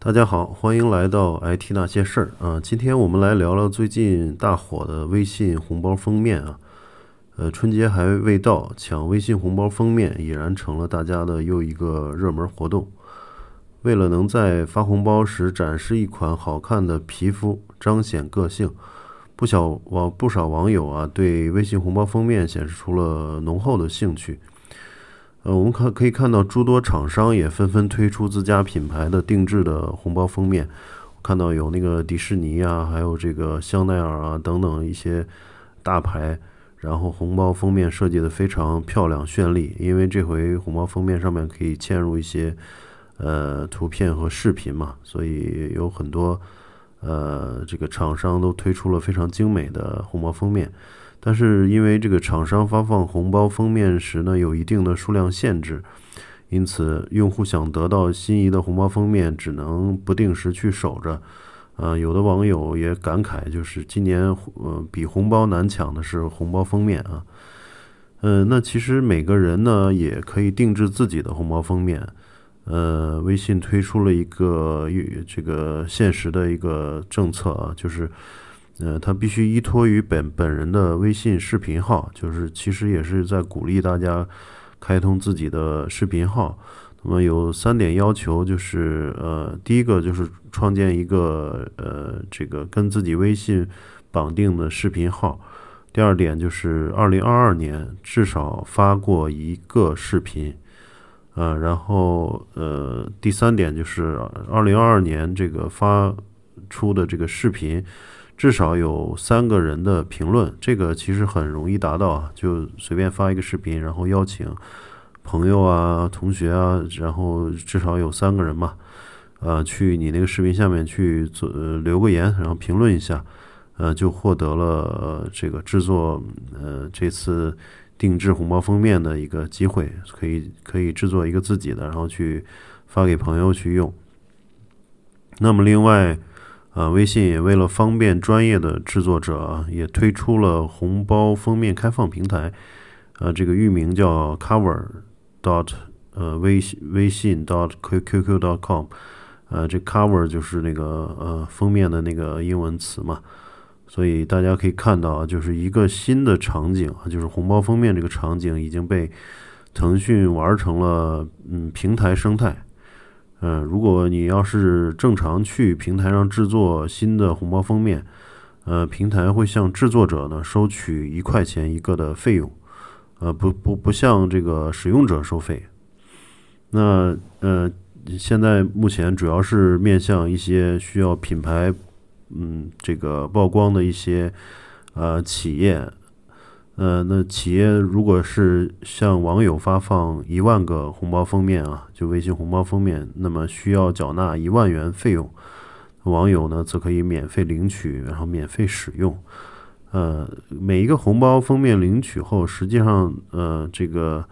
大家好，欢迎来到 IT 那些事儿啊。今天我们来聊聊最近大火的微信红包封面啊。春节还未到，抢微信红包封面已然成了大家的又一个热门活动。为了能在发红包时展示一款好看的皮肤，彰显个性，不少网友啊对微信红包封面显示出了浓厚的兴趣。我们可以看到诸多厂商也纷纷推出自家品牌的定制的红包封面。看到有那个迪士尼啊，还有这个香奈儿啊等等一些大牌，然后红包封面设计的非常漂亮绚丽。因为这回红包封面上面可以嵌入一些图片和视频嘛，所以有很多这个厂商都推出了非常精美的红包封面。但是因为这个厂商发放红包封面时呢有一定的数量限制，因此用户想得到心仪的红包封面只能不定时去守着。有的网友也感慨，就是今年比红包难抢的是红包封面啊。那其实每个人呢也可以定制自己的红包封面。微信推出了一个这个限时的一个政策啊，就是他必须依托于本人的微信视频号，就是其实也是在鼓励大家开通自己的视频号。那么有3点要求，就是第一个就是创建一个这个跟自己微信绑定的视频号。第二点就是2022年至少发过一个视频。然后第3点就是2022年这个发出的这个视频至少有3个人的评论。这个其实很容易达到啊，就随便发一个视频，然后邀请朋友啊、同学啊，然后至少有3个人嘛，去你那个视频下面去留个言，然后评论一下，就获得了这个制作这次定制红包封面的一个机会，可以制作一个自己的，然后去发给朋友去用。那么另外微信也为了方便专业的制作者也推出了红包封面开放平台。这个域名叫 cover.微信 .qq.com。这 cover 就是那个封面的那个英文词嘛。所以大家可以看到就是一个新的场景，就是红包封面这个场景已经被腾讯玩成了平台生态。如果你要是正常去平台上制作新的红包封面，平台会向制作者呢收取1块钱一个的费用，不像这个使用者收费。那现在目前主要是面向一些需要品牌这个曝光的一些企业。那企业如果是向网友发放1万个红包封面啊，就微信红包封面，那么需要缴纳1万元费用，网友呢则可以免费领取，然后免费使用。每一个红包封面领取后，实际上这个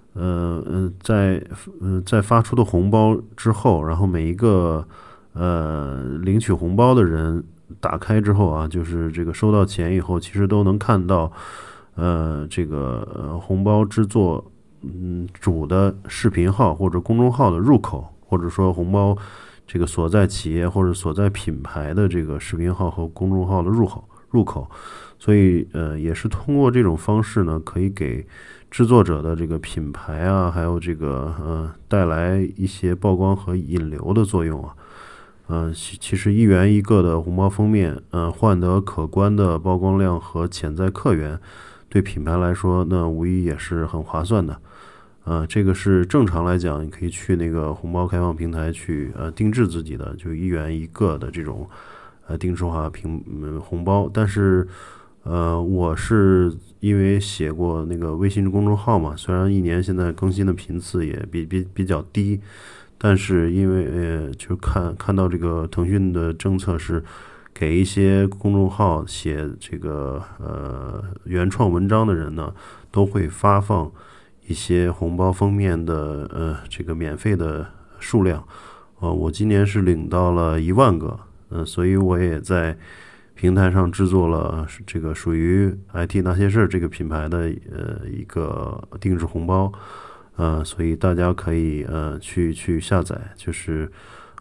在发出的红包之后，然后每一个领取红包的人打开之后啊，就是这个收到钱以后，其实都能看到这个红包制作主的视频号或者公众号的入口，或者说红包这个所在企业或者所在品牌的这个视频号和公众号的入口。所以也是通过这种方式呢，可以给制作者的这个品牌啊，还有这个带来一些曝光和引流的作用啊。其实1元一个的红包封面，换得可观的曝光量和潜在客源，对品牌来说，那无疑也是很划算的。这个是正常来讲，你可以去那个红包开放平台去定制自己的，就1元一个的这种定制化红包。但是我是因为写过那个微信公众号嘛，虽然1年现在更新的频次也比较低。但是因为就看到这个腾讯的政策是给一些公众号写这个原创文章的人呢，都会发放一些红包封面的这个免费的数量。我今年是领到了1万个，所以我也在平台上制作了这个属于 IT 那些事这个品牌的一个定制红包。所以大家可以去下载，就是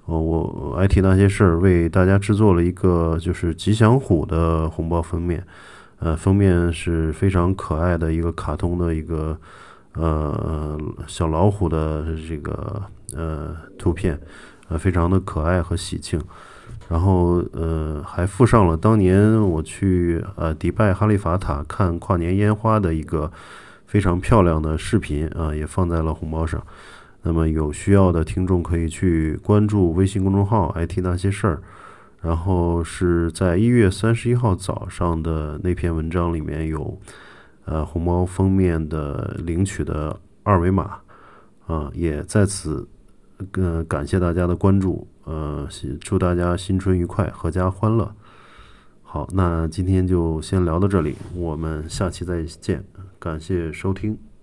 我 IT 那些事儿为大家制作了一个就是吉祥虎的红包封面，封面是非常可爱的一个卡通的一个小老虎的这个图片，非常的可爱和喜庆。然后还附上了当年我去迪拜哈利法塔看跨年烟花的一个非常漂亮的视频啊，也放在了红包上。那么有需要的听众可以去关注微信公众号 IT 那些事儿，然后是在1月31号早上的那篇文章里面有红包封面的领取的二维码啊，也在此感谢大家的关注，祝大家新春愉快，阖家欢乐。好，那今天就先聊到这里，我们下期再见，感谢收听。